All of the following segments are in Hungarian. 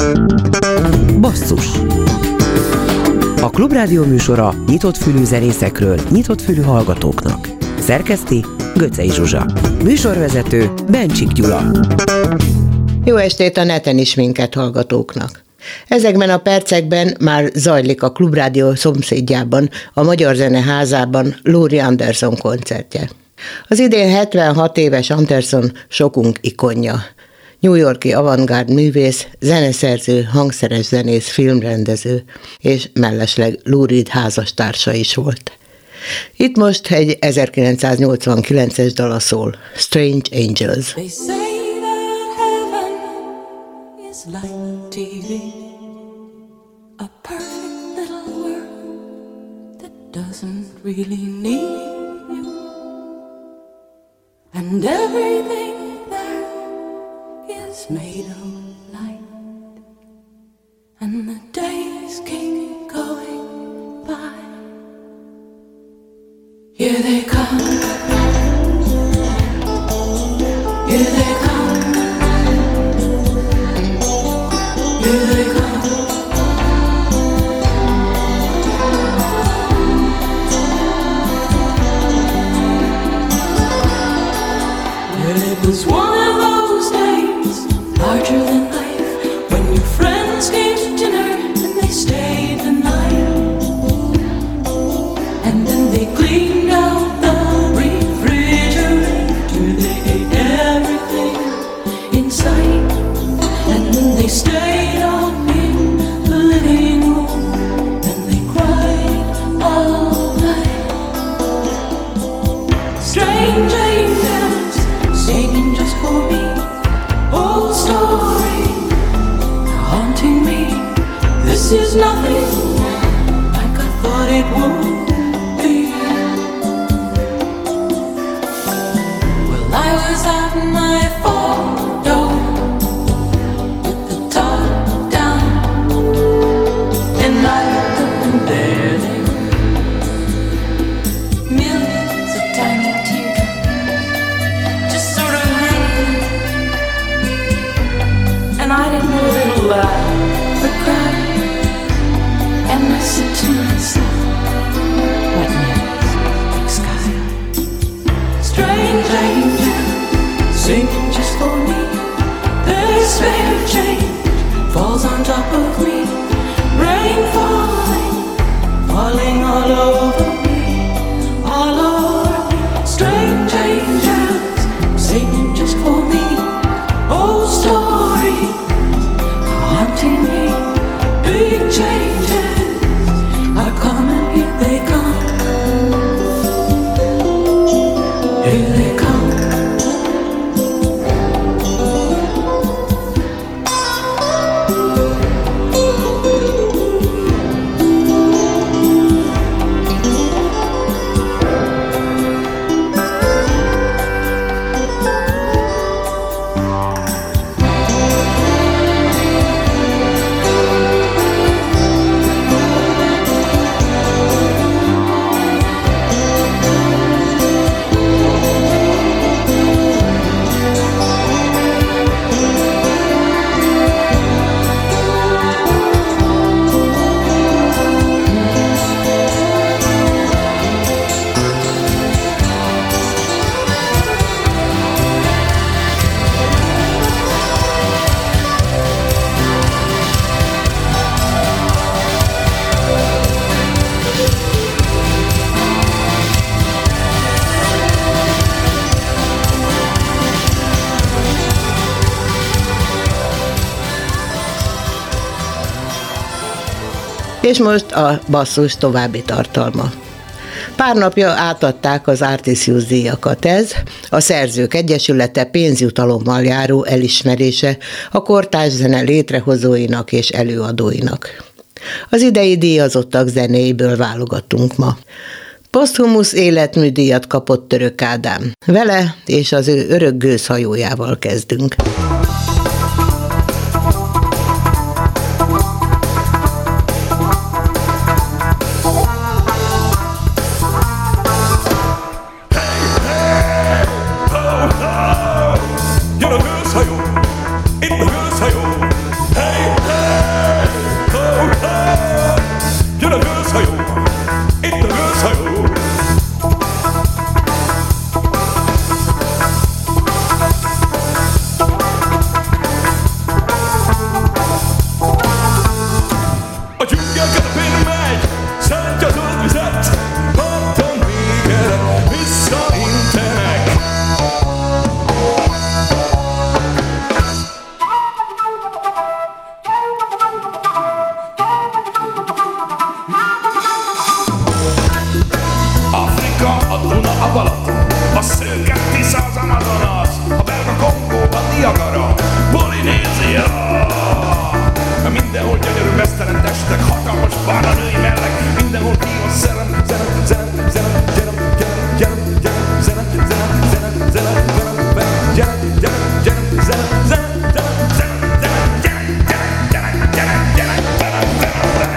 Basszus. A Klubrádió műsora nyitott fülű zenészekről, nyitott fülű hallgatóknak. Szerkeszti Göcsei Zsuzsa. Műsorvezető Bencsik Gyula. Jó estét a neten is minket hallgatóknak. Ezekben a percekben már zajlik a Klubrádió szomszédjában, a Magyar Zeneházában Laurie Anderson koncertje. Az idén 76 éves Anderson sokunk ikonja. New York-i avantgárd művész, zeneszerző, hangszeres zenész, filmrendező, és mellesleg Lou Reed házastársa is volt. Itt most egy 1989-es dala szól, Strange Angels. They say that heaven is like TV, a perfect little world that doesn't really need you, and everything there is made of light, and the days keep going by. Here they come, here they come, here they come. Well, it was one of those days, larger than life, when your friends came to dinner and they stayed the night, and then they cleaned out the refrigerator, they ate everything in sight, and then they stayed up in the living room and they cried all night. Strange angels singing just for me, old story haunting me. This is nothing like I thought it would be. Well, I was at my photo with the top down, and I looked up and there they were, millions of tiny teardrops just sort of hanging, and I didn't know if it'll laugh or cry. And I said to myself, what next, big sky? Strange angel, singing just for me. This fair change falls on top of me. Rain falling, falling all over me, all over me. Strange angels, singing just for me. Old stories haunting me. Big changes are coming, here they come, here they come. És most a basszus további tartalma. Pár napja átadták az Artisius díjakat. Ez a Szerzők Egyesülete pénzjutalommal járó elismerése a kortárs zene létrehozóinak és előadóinak. Az idei díjazottak zenéiből válogatunk ma. Poszthumusz életműdíjat kapott Török Ádám. Vele és az ő örök gőzhajójával kezdünk. Jön a gőzhajó, itt a gőzhajó, hey, hey! dzsungel közepén megy, szántja zöld vizet, parton végre visszaintenek. Afrika, a Duna, a Balaton, a Szőke, Tisza, az Amazonas, a belga Kongó, a Niagara, Polinézia. Mindenhol gyönyörű mesztelen testek, hatalmas barna női melleg, mindenhol kínos szerem, zene, zene, zene, gyerem, gyerem, gyerem, gyerem, zene, zene, zene, zene, gyerem, gyerem, gyerem, gyerem, zene, zene, zene, zene, zene, gyerem, gyerem, gyerem, gyerem, gyerem, gyerem, gyerem.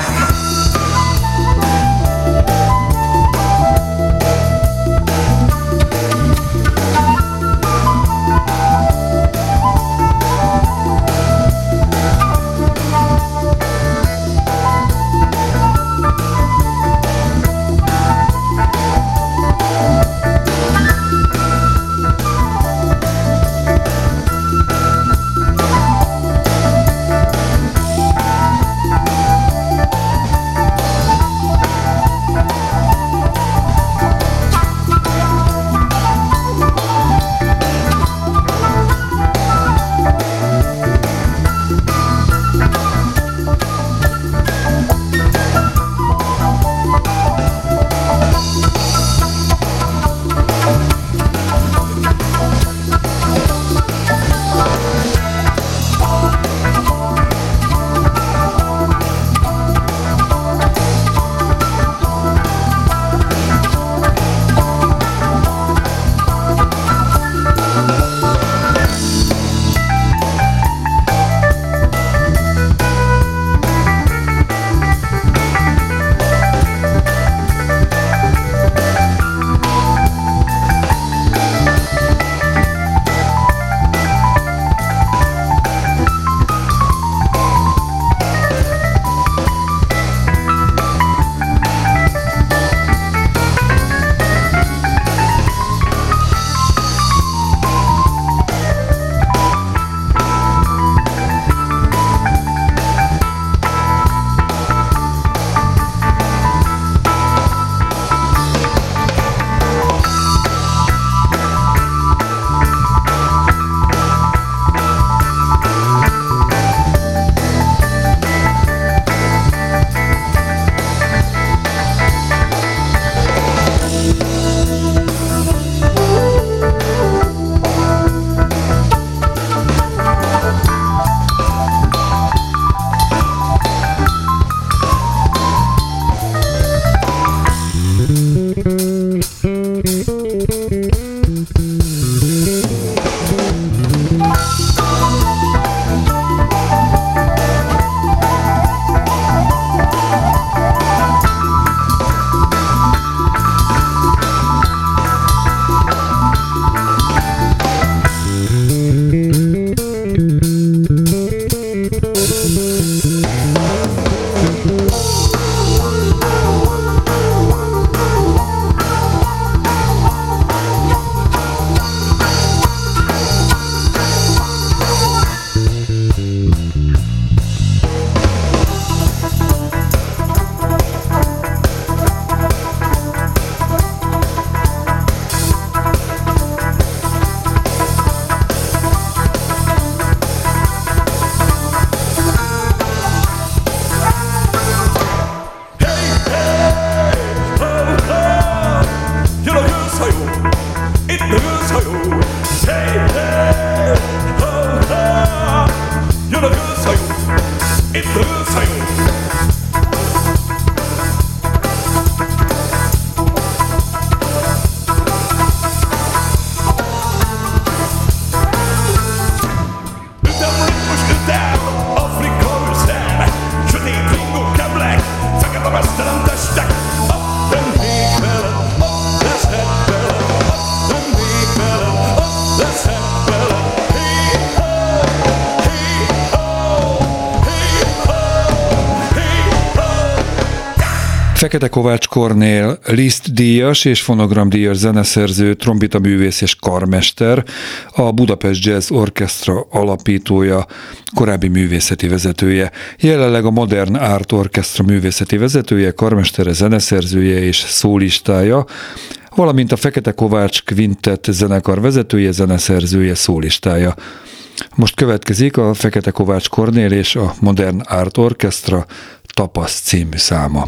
Fekete Kovács Kornél Liszt díjas és fonogramdíjas zeneszerző, trombitaművész és karmester, a Budapest Jazz Orchestra alapítója, korábbi művészeti vezetője, jelenleg a Modern Art Orchestra művészeti vezetője, karmestere, zeneszerzője és szólistája, valamint a Fekete Kovács Quintet zenekar vezetője, zeneszerzője, szólistája. Most következik a Fekete Kovács Kornél és a Modern Art Orchestra Tapasz című száma.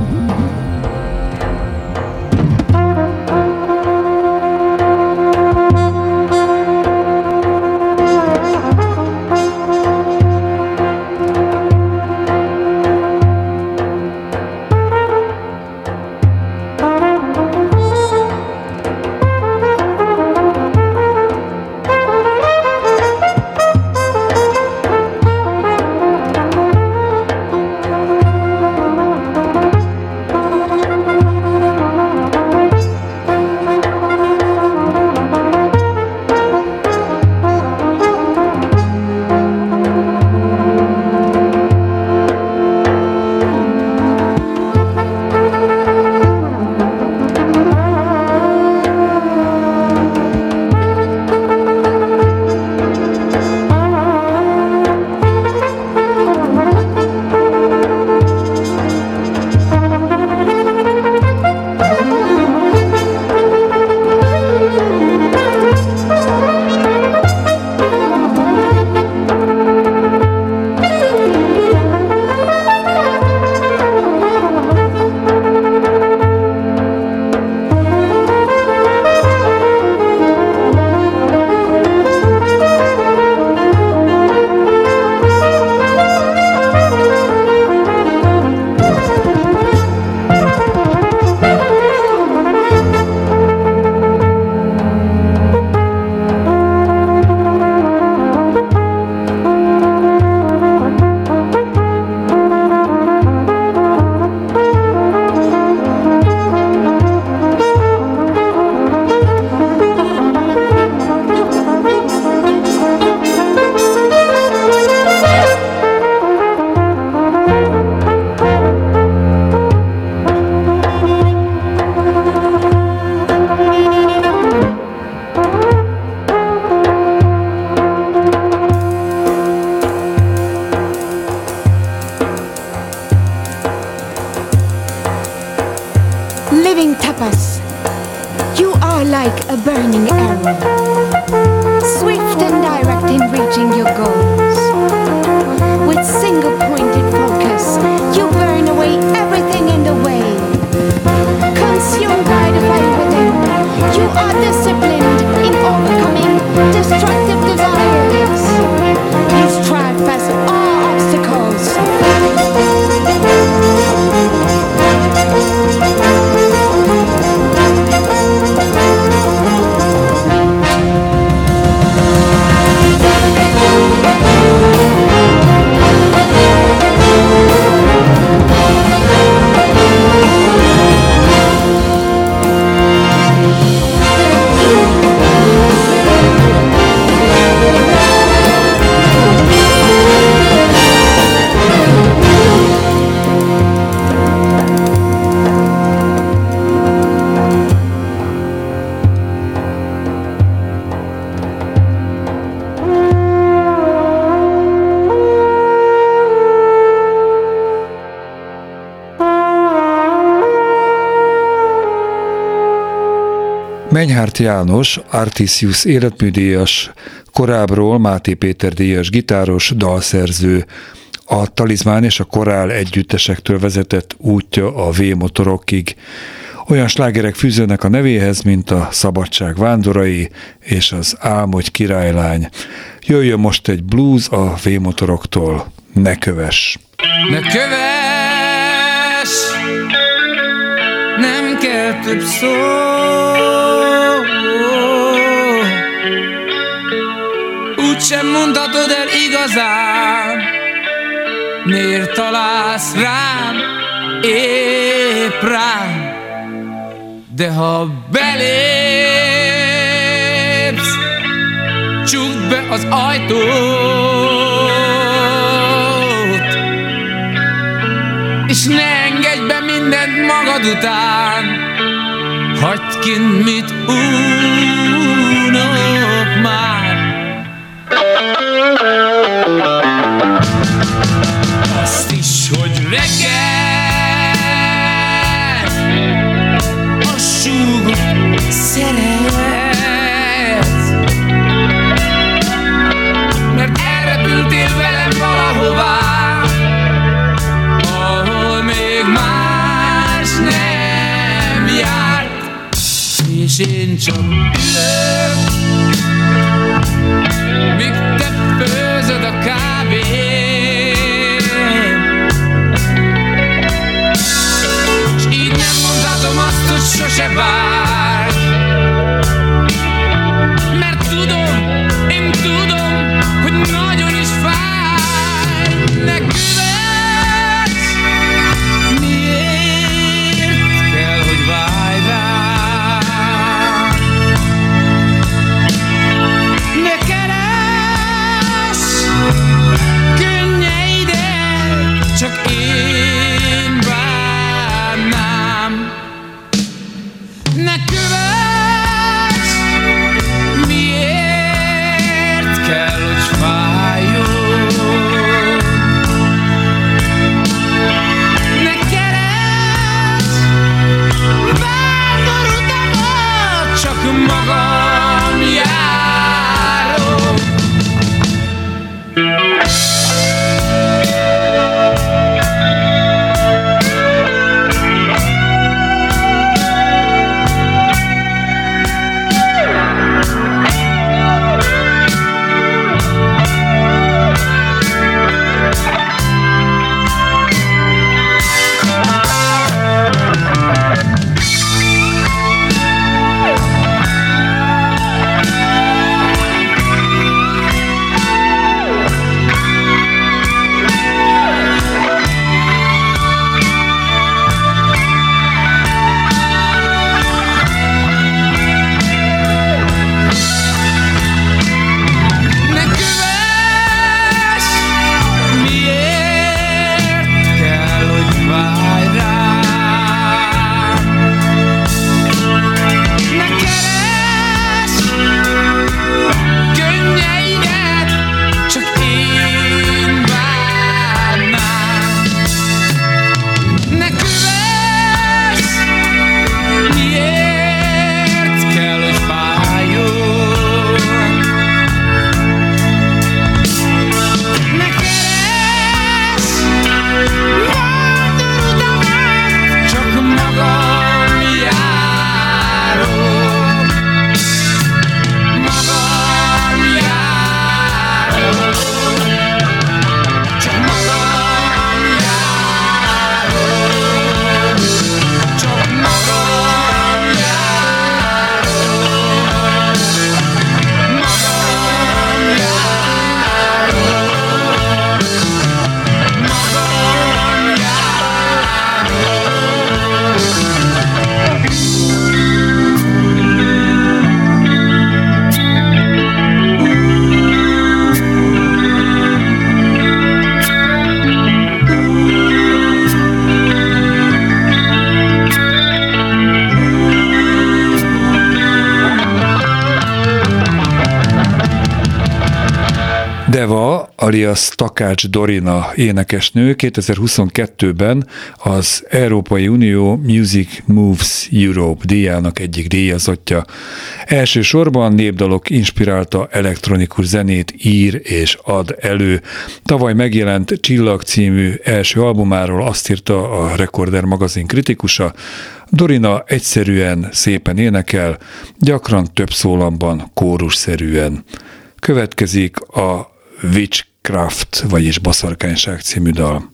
Menyhárt János, Artisius életműdíjas, korábbról Máté Péter díjas gitáros, dalszerző, a Talizmán és a Korál együttesektől vezetett útja a V-motorokig. Olyan slágerek fűződnek a nevéhez, mint a Szabadság vándorai és az Álmodj királylány. Jöjjön most egy blues a V-motoroktól. Ne kövess! Ne kövess! Nem kell több szó. Úgysem mondhatod el igazán. Miért találsz rám, épp rám? De ha belépsz, csukd be az ajtót, és ne engedj be mindent magad után, hagyd kint, mit unok már. Azt is, hogy reggel a súgot szeretsz, mert elrepültél velem valahová, ahol még más nem járt, és én csak ülök, míg te főzöd a kávét, s így nem mondhatom azt, hogy sose várj, mert tudom, én tudom, hogy nagyon is fáj. Ne kövess, miért kell, hogy várj rám? Ne keress könnyeidet, csak én bánnám. Ne kövess, miért kell, hogy fájjon? Ne keress vándorutamat, csak magam járok. Deva, alias Takács Dorina énekesnő 2022-ben az Európai Unió Music Moves Europe díjának egyik díjazottja. Elsősorban népdalok inspirálta elektronikus zenét ír és ad elő. Tavaly megjelent Csillag című első albumáról azt írta a Rekorder magazin kritikusa: Dorina egyszerűen, szépen énekel, gyakran több szólamban, kórusszerűen. Következik a Witchcraft, vagyis Baszarkányság című dal.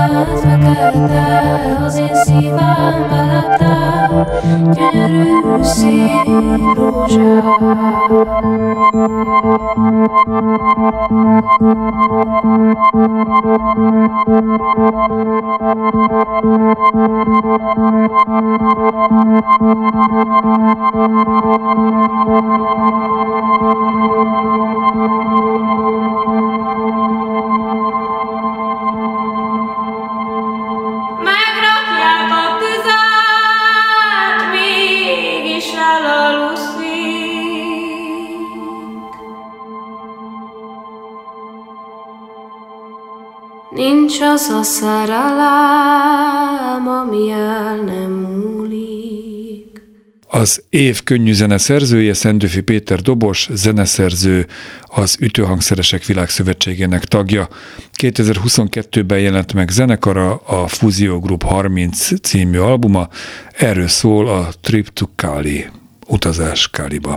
arcodat fekete, az én szívem belette, gyönyörű szép rózsát. Megrakják a tüzet, mégis elaluszik. Nincs az a szerelem, ami el nem múlik. Az év könnyű zene szerzője Szendőfi Péter dobos, zeneszerző, az Ütőhangszeresek Világszövetségének tagja. 2022-ben jelent meg zenekara, a Fuzio Group 30 című albuma, erről szól a Trip to Cali, utazás Caliba.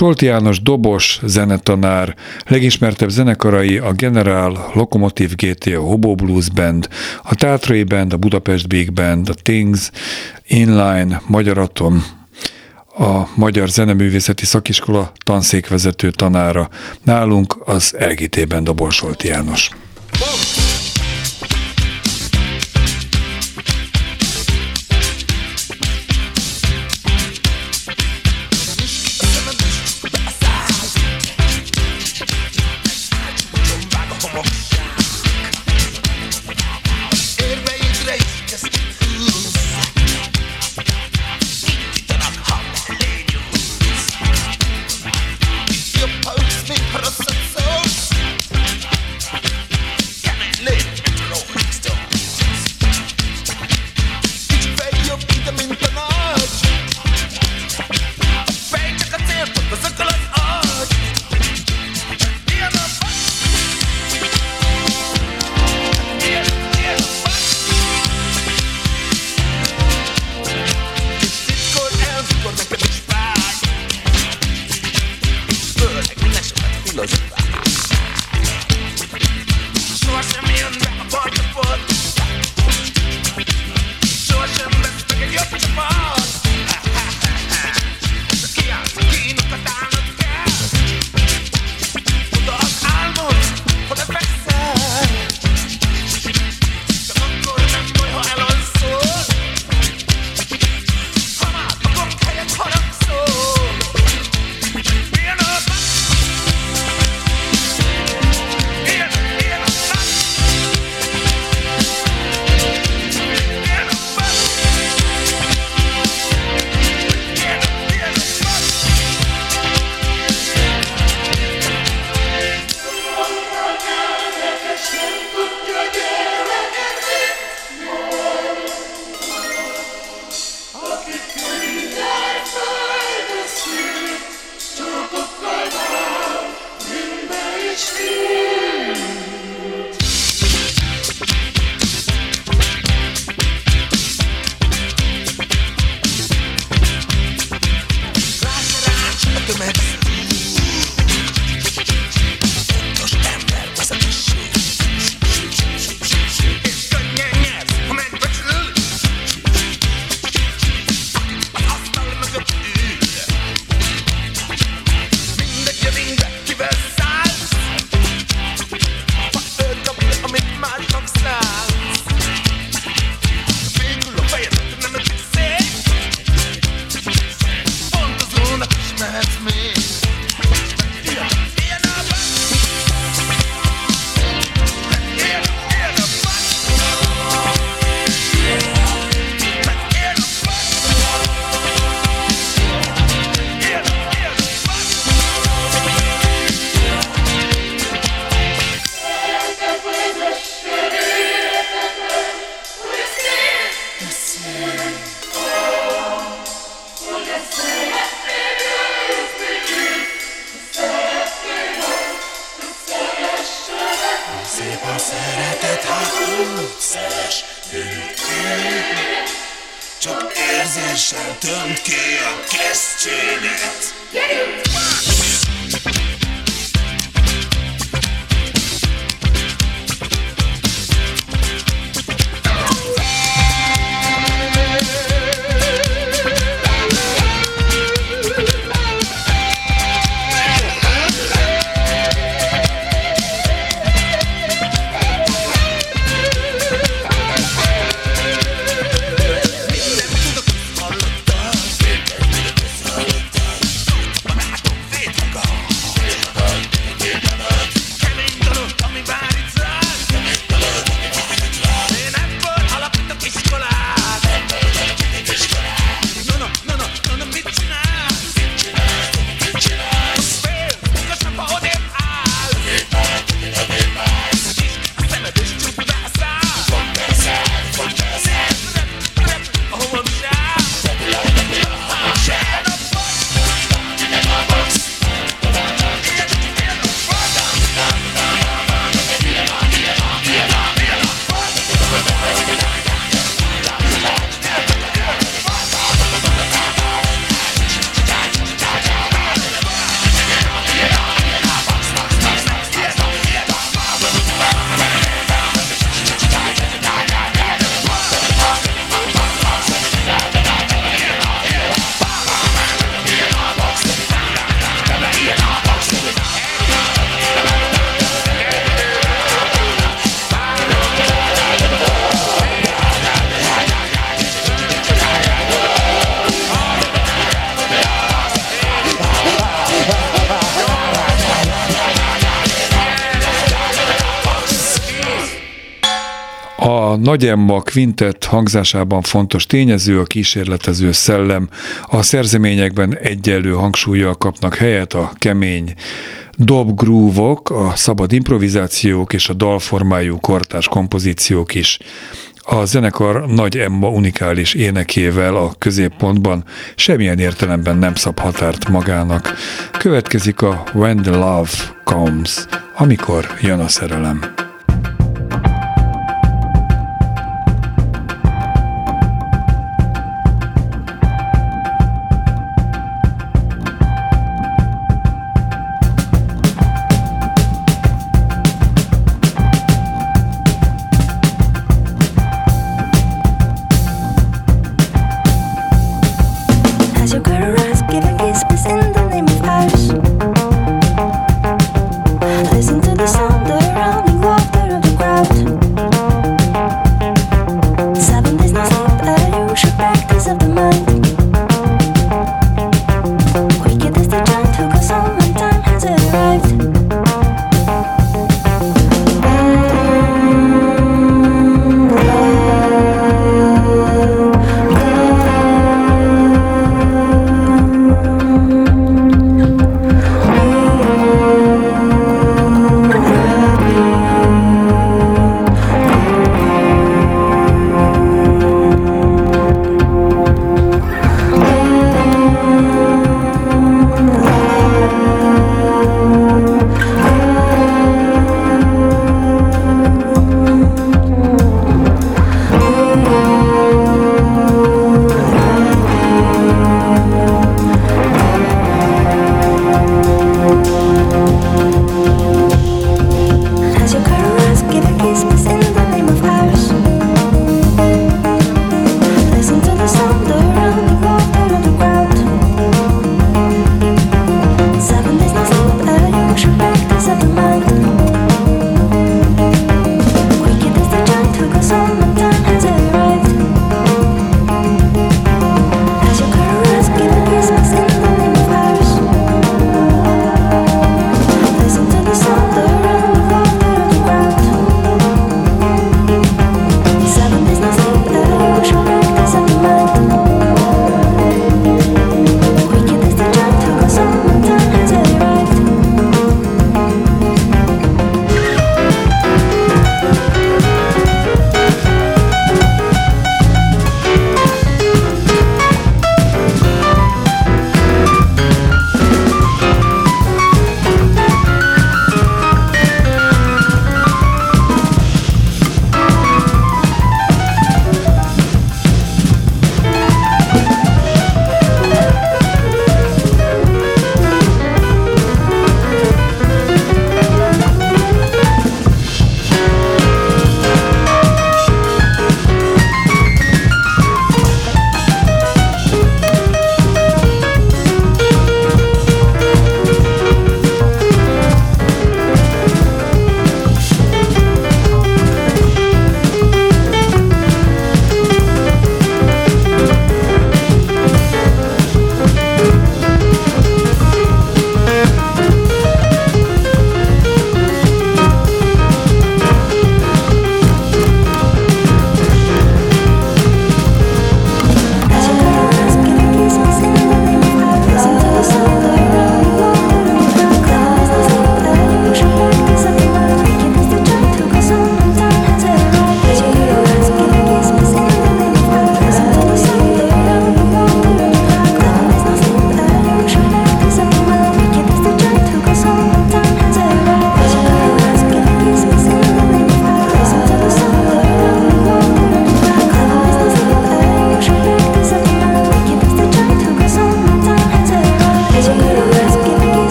Solti János dobos, zenetanár, legismertebb zenekarai a Generál, Lokomotív GT, a Hobo Blues Band, a Tátrai Band, a Budapest Big Band, a Things, Inline, Magyaraton, a Magyar Zeneművészeti Szakiskola tanszékvezető tanára. Nálunk az LGT-ben dobol Solti János. Csak érzéssel tönt ki a kesztyűnet. A Nagy Emma Quintett hangzásában fontos tényező a kísérletező szellem. A szerzeményekben egyenlő hangsúllyal kapnak helyet a kemény dob-groove-ok, a szabad improvizációk és a dalformájú kortárs kompozíciók is. A zenekar Nagy Emma unikális énekével a középpontban semmilyen értelemben nem szab határt magának. Következik a When the Love Comes, amikor jön a szerelem. Listen to the sound around the world.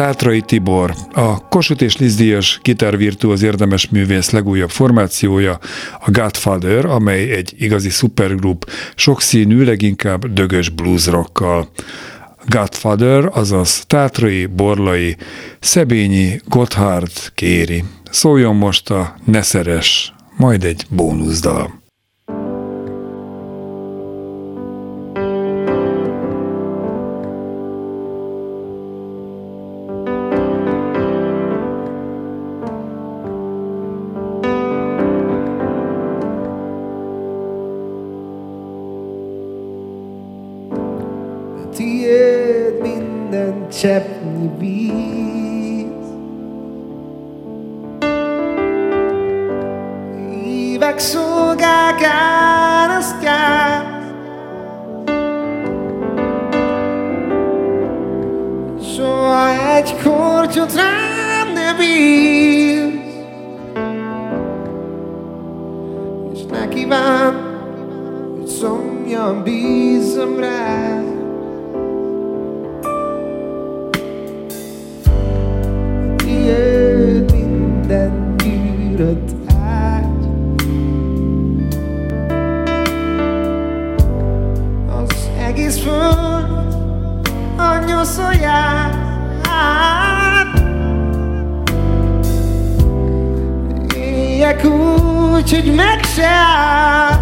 Tátrai Tibor, a Kossuth és Liszt díjas gitárvirtuóz érdemes művész legújabb formációja, a Godfather, amely egy igazi szupergrup, sokszínű, leginkább dögös blues rockkal. Godfather, azaz Tátrai, Borlai, Szebényi, Gotthard, Kéri. Szóljon most a Ne szeress, majd egy bónuszdal. Tiéd minden cseppnyi víz, évek szolgák árasztják, soha egy kortyot rám ne bíz, és ne kíván, hogy szomjan bízzam rád. Minden gyűrött ágy, az egész föld a nyoszolják, éljek úgy, hogy meg se áll.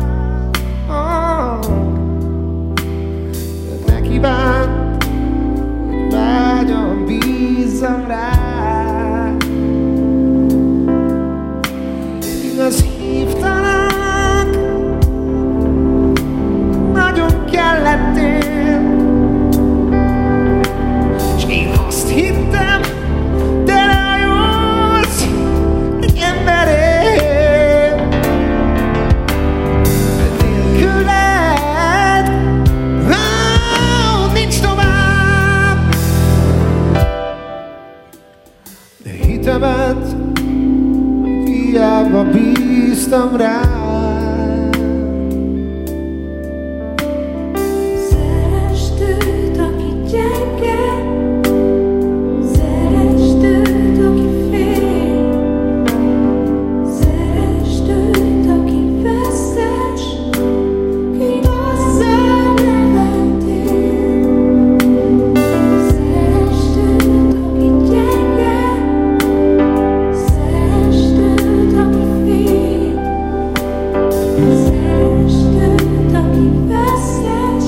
Ne kívánt, hogy vágyam bízzam rá. Igaz hívtalak, nagyon kellettél, s én azt hittem, te rájössz egy emberért. Nélküled, nincs tovább. De hitemet hiába bíztam rád. Szeresd őt, aki gyenge, szeresd őt, aki fél, szeresd őt, aki vesztes, igazán nevettél. Szeresd őt, aki gyenge, szeresd őt, aki fél, szeresd őt, aki vesztes,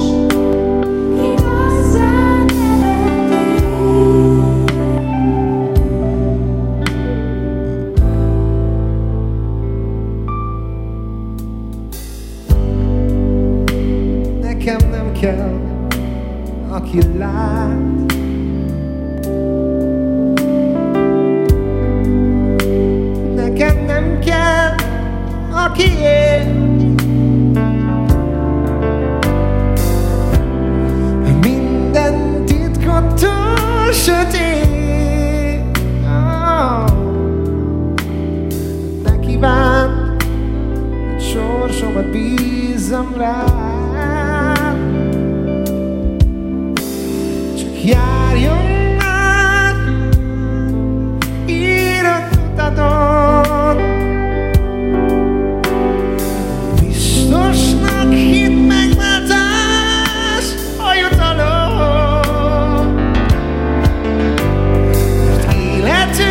igazán nevettél. Nekem nem kell, aki lát, nekem nem kell, aki él. Minden titkottól sötét, ne kívánt, hogy sorsomat bízzam rád. Csak járjon át írott utadon, biztosnak hidd megváltás a jutalom. Mert életünk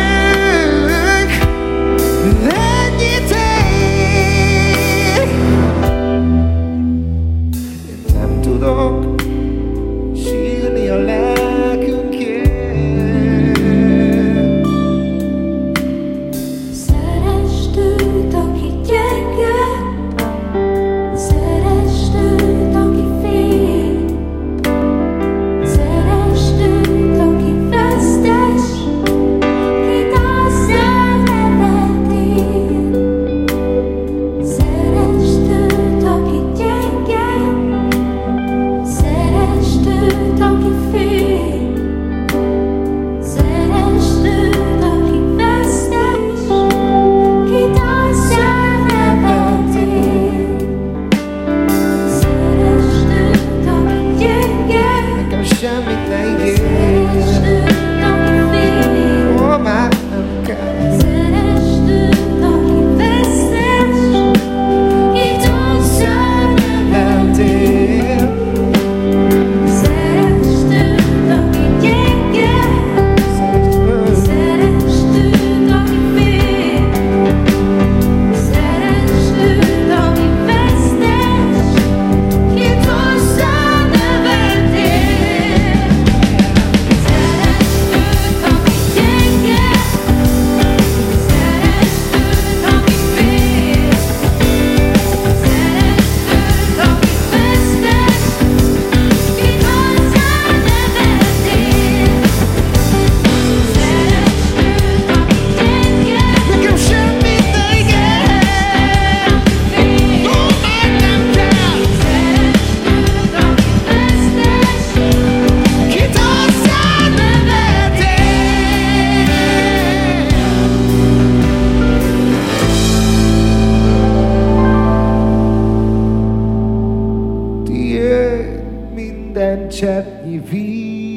ennyit ér. Én nem tudok sírni a lelkünkért. męczebni wiz.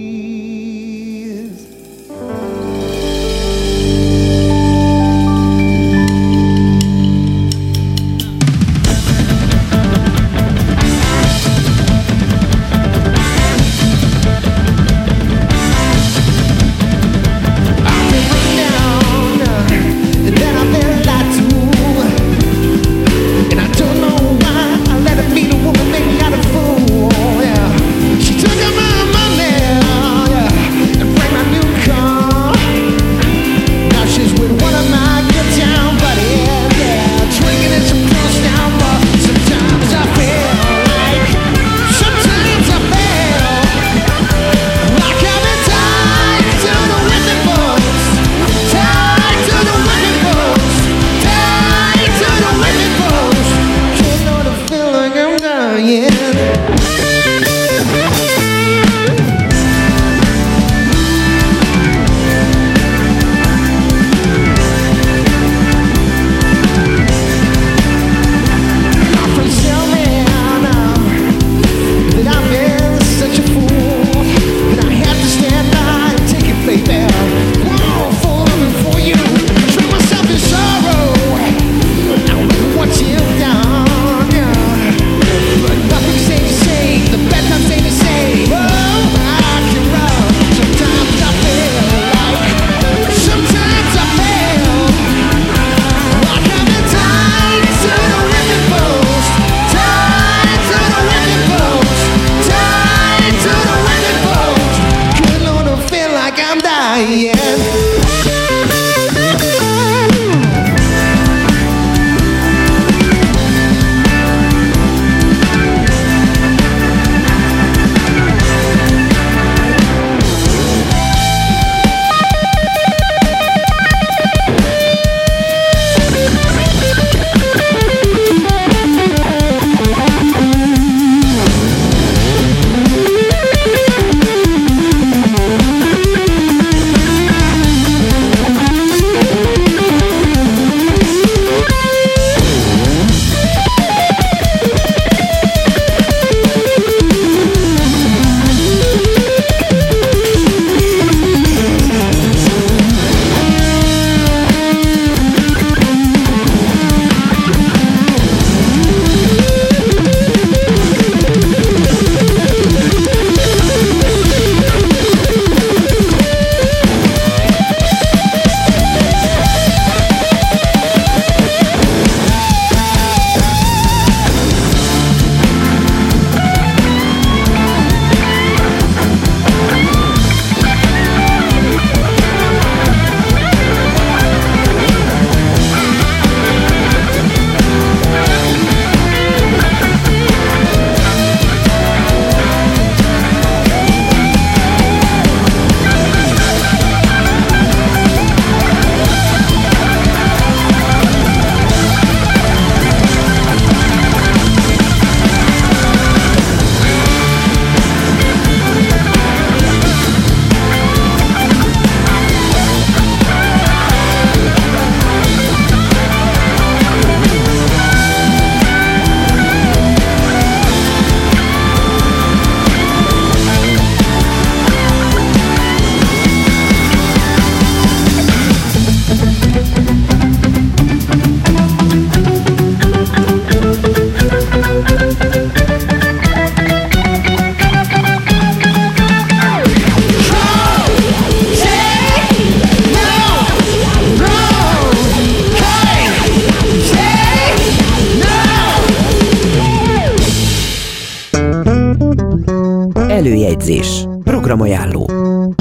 Előjegyzés. Programajánló.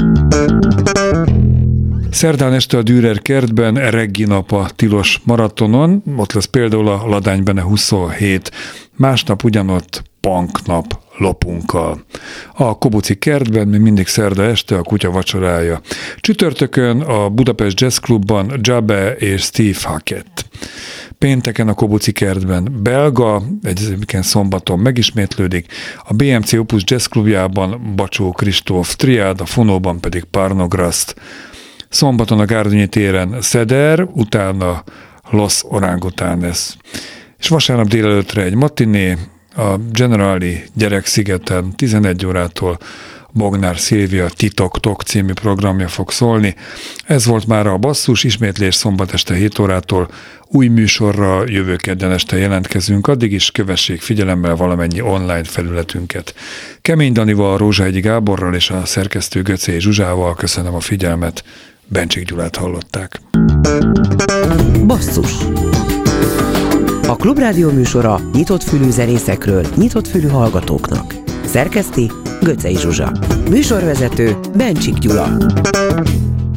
Szerdán este a Dürer kertben reggi nap a tilos maratonon, ott lesz például a Ladánybene 27, másnap ugyanott punk nap lopunkkal. A Kobuci kertben még mindig szerda este a kutya vacsorája. Csütörtökön a Budapest Jazz Clubban Jabe és Steve Hackett. Pénteken a Kobuci kertben belga, egyébként szombaton megismétlődik, a BMC Opus Jazz Clubjában Bacsó Kristóf triád, a Fonóban pedig Parnograszt. Szombaton a Gárdonyi téren Szeder, utána Los Orangutanes. És vasárnap délelőttre egy matiné, a Generali Gyerekszigeten 11 órától Bognár Szilvia Titok-tok című programja fog szólni. Ez volt már a Basszus, ismétlés szombat este 7 órától. Új műsorra jövő kedden este jelentkezünk, addig is kövessék figyelemmel valamennyi online felületünket. Kemény Danival, Rózsahegyi Gáborral és a szerkesztő Göcé Zsuzsával köszönöm a figyelmet. Bencsik Gyulát hallották. Basszus. A Klubrádió műsora nyitott fülű zenészekről, nyitott fülű hallgatóknak. Szerkeszti Göcei Zsuzsa. Műsorvezető Bencsik Gyula.